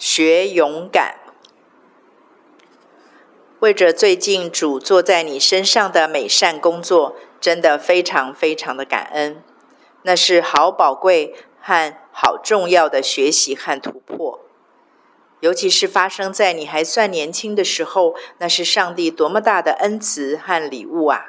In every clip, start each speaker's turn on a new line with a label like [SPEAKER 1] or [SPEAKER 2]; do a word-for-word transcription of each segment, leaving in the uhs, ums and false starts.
[SPEAKER 1] 学勇敢。为着最近主做在你身上的美善工作，真的非常非常的感恩。那是好宝贵和好重要的学习和突破。尤其是发生在你还算年轻的时候，那是上帝多么大的恩慈和礼物啊！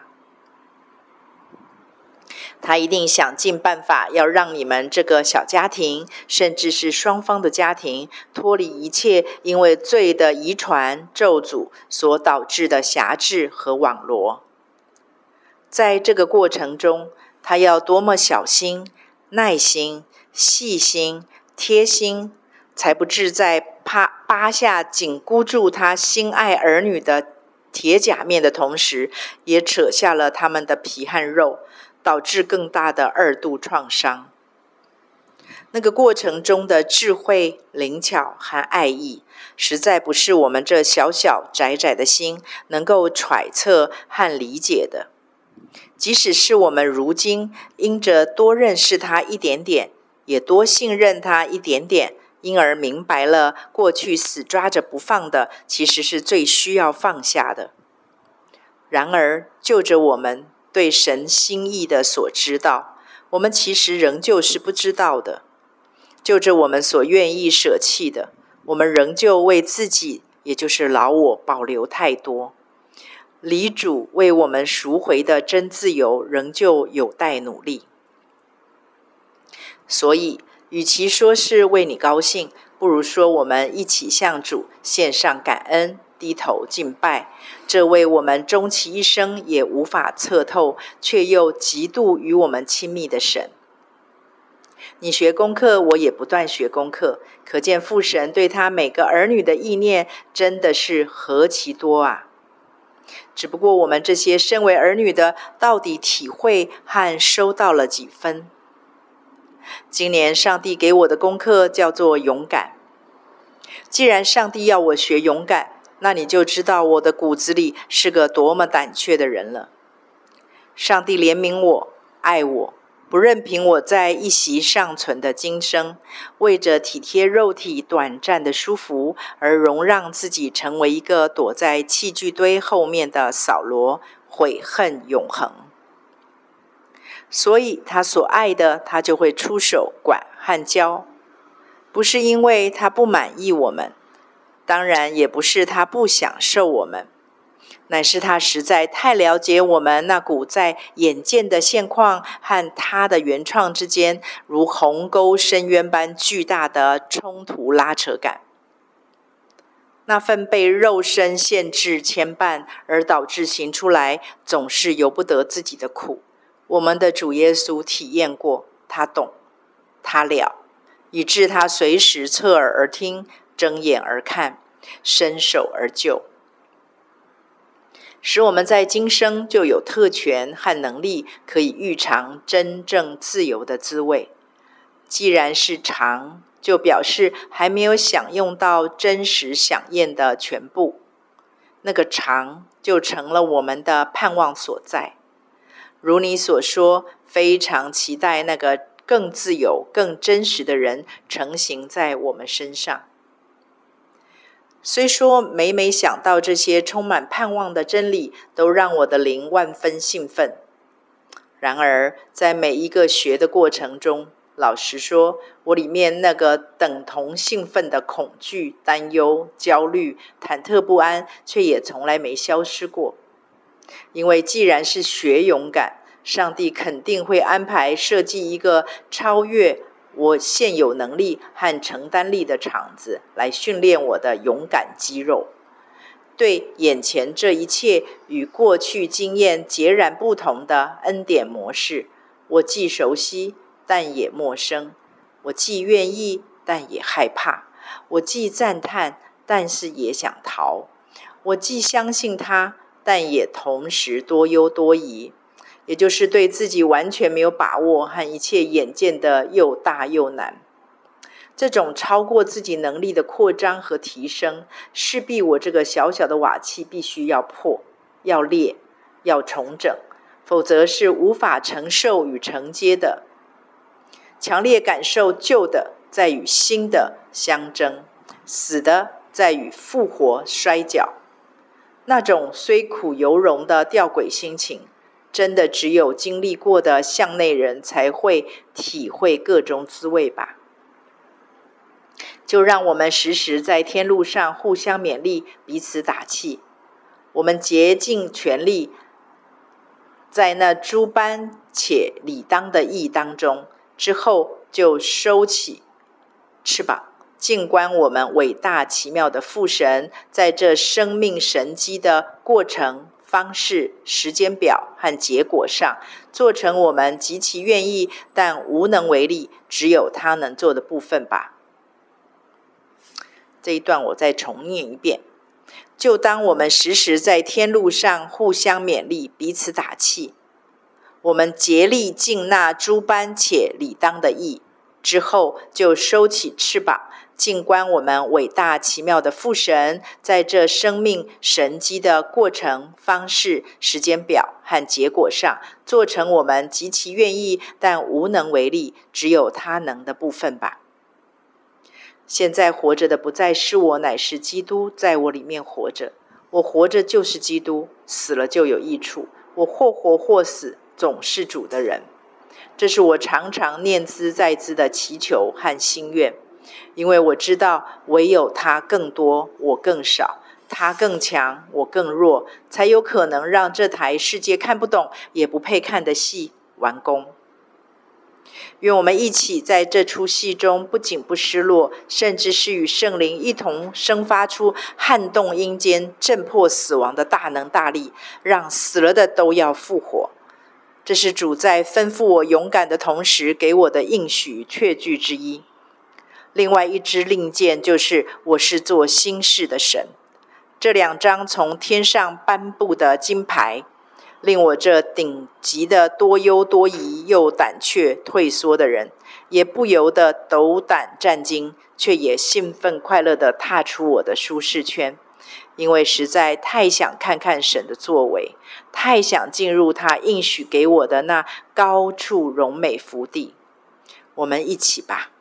[SPEAKER 1] 他一定想尽办法要让你们这个小家庭，甚至是双方的家庭，脱离一切因为罪的遗传咒诅所导致的辖制和网罗。在这个过程中，他要多么小心、耐心、细心、贴心，才不致在扒扒下紧箍住他心爱儿女的铁甲面的同时，也扯下了他们的皮和肉，导致更大的二度创伤。那个过程中的智慧、灵巧和爱意，实在不是我们这小小窄窄的心能够揣测和理解的。即使是我们如今因着多认识他一点点，也多信任他一点点，因而明白了过去死抓着不放的，其实是最需要放下的。然而，就着我们对神心意的所知道，我们其实仍旧是不知道的。就着我们所愿意舍弃的，我们仍旧为自己，也就是老我保留太多。离主为我们赎回的真自由，仍旧有待努力。所以，与其说是为你高兴，不如说我们一起向主献上感恩，低头敬拜，这位我们终其一生也无法测透，却又极度与我们亲密的神。你学功课，我也不断学功课，可见父神对他每个儿女的意念真的是何其多啊！只不过我们这些身为儿女的，到底体会和收到了几分？今年上帝给我的功课叫做勇敢。既然上帝要我学勇敢，那你就知道我的骨子里是个多么胆怯的人了。上帝怜悯我，爱我，不任凭我在一息尚存的今生，为着体贴肉体短暂的舒服，而容让自己成为一个躲在器具堆后面的扫罗，悔恨永恒。所以他所爱的，他就会出手管和教，不是因为他不满意我们，当然也不是他不享受我们，乃是他实在太了解我们那股在眼见的现况和他的原创之间如鸿沟深渊般巨大的冲突拉扯感。那份被肉身限制牵绊而导致行出来总是由不得自己的苦，我们的主耶稣体验过，他懂，他了，以致他随时侧耳而听，睁眼而看，伸手而救，使我们在今生就有特权和能力，可以预尝真正自由的滋味。既然是尝，就表示还没有享用到真实享宴的全部，那个尝就成了我们的盼望所在。如你所说，非常期待那个更自由、更真实的人成型在我们身上。虽说每每想到这些充满盼望的真理，都让我的灵万分兴奋。然而，在每一个学的过程中，老实说，我里面那个等同兴奋的恐惧、担忧、焦虑、忐忑不安，却也从来没消失过。因为既然是学勇敢，上帝肯定会安排设计一个超越我现有能力和承担力的场子，来训练我的勇敢肌肉。对眼前这一切与过去经验截然不同的恩典模式，我既熟悉，但也陌生；我既愿意，但也害怕；我既赞叹，但是也想逃；我既相信他，但也同时多忧多疑。也就是对自己完全没有把握，和一切眼见的又大又难。这种超过自己能力的扩张和提升，势必我这个小小的瓦器必须要破、要裂、要重整，否则是无法承受与承接的。强烈感受旧的在与新的相争， 死的在与复活摔跤。那种虽苦犹荣的吊诡心情，真的只有经历过的向内人才会体会各种滋味吧。就让我们时时在天路上互相勉励，彼此打气。我们竭尽全力，在那诸般且理当的义当中，之后就收起翅膀，静观我们伟大奇妙的父神在这生命神迹的过程、方式、时间表和结果上，做成我们极其愿意但无能为力，只有他能做的部分吧。这一段我再重念一遍。就当我们时时在天路上互相勉励，彼此打气，我们竭力尽那诸般且理当的义，之后就收起翅膀，静观我们伟大奇妙的父神在这生命神迹的过程、方式、时间表和结果上，做成我们极其愿意但无能为力，只有他能的部分吧。现在活着的不再是我，乃是基督在我里面活着。我活着就是基督，死了就有益处。我或活或死，总是主的人。这是我常常念兹在兹的祈求和心愿，因为我知道唯有他更多，我更少；他更强，我更弱，才有可能让这台世界看不懂也不配看的戏完工。愿我们一起在这出戏中不仅不失落，甚至是与圣灵一同生发出撼动阴间、震破死亡的大能大力，让死了的都要复活。这是主在吩咐我勇敢的同时给我的应许确据之一。另外一支令箭就是我是做新事的神。这两张从天上颁布的金牌，令我这顶级的多忧多疑又胆怯退缩的人，也不由得斗胆战兢，却也兴奋快乐地踏出我的舒适圈，因为实在太想看看神的作为，太想进入他应许给我的那高处荣美福地。我们一起吧。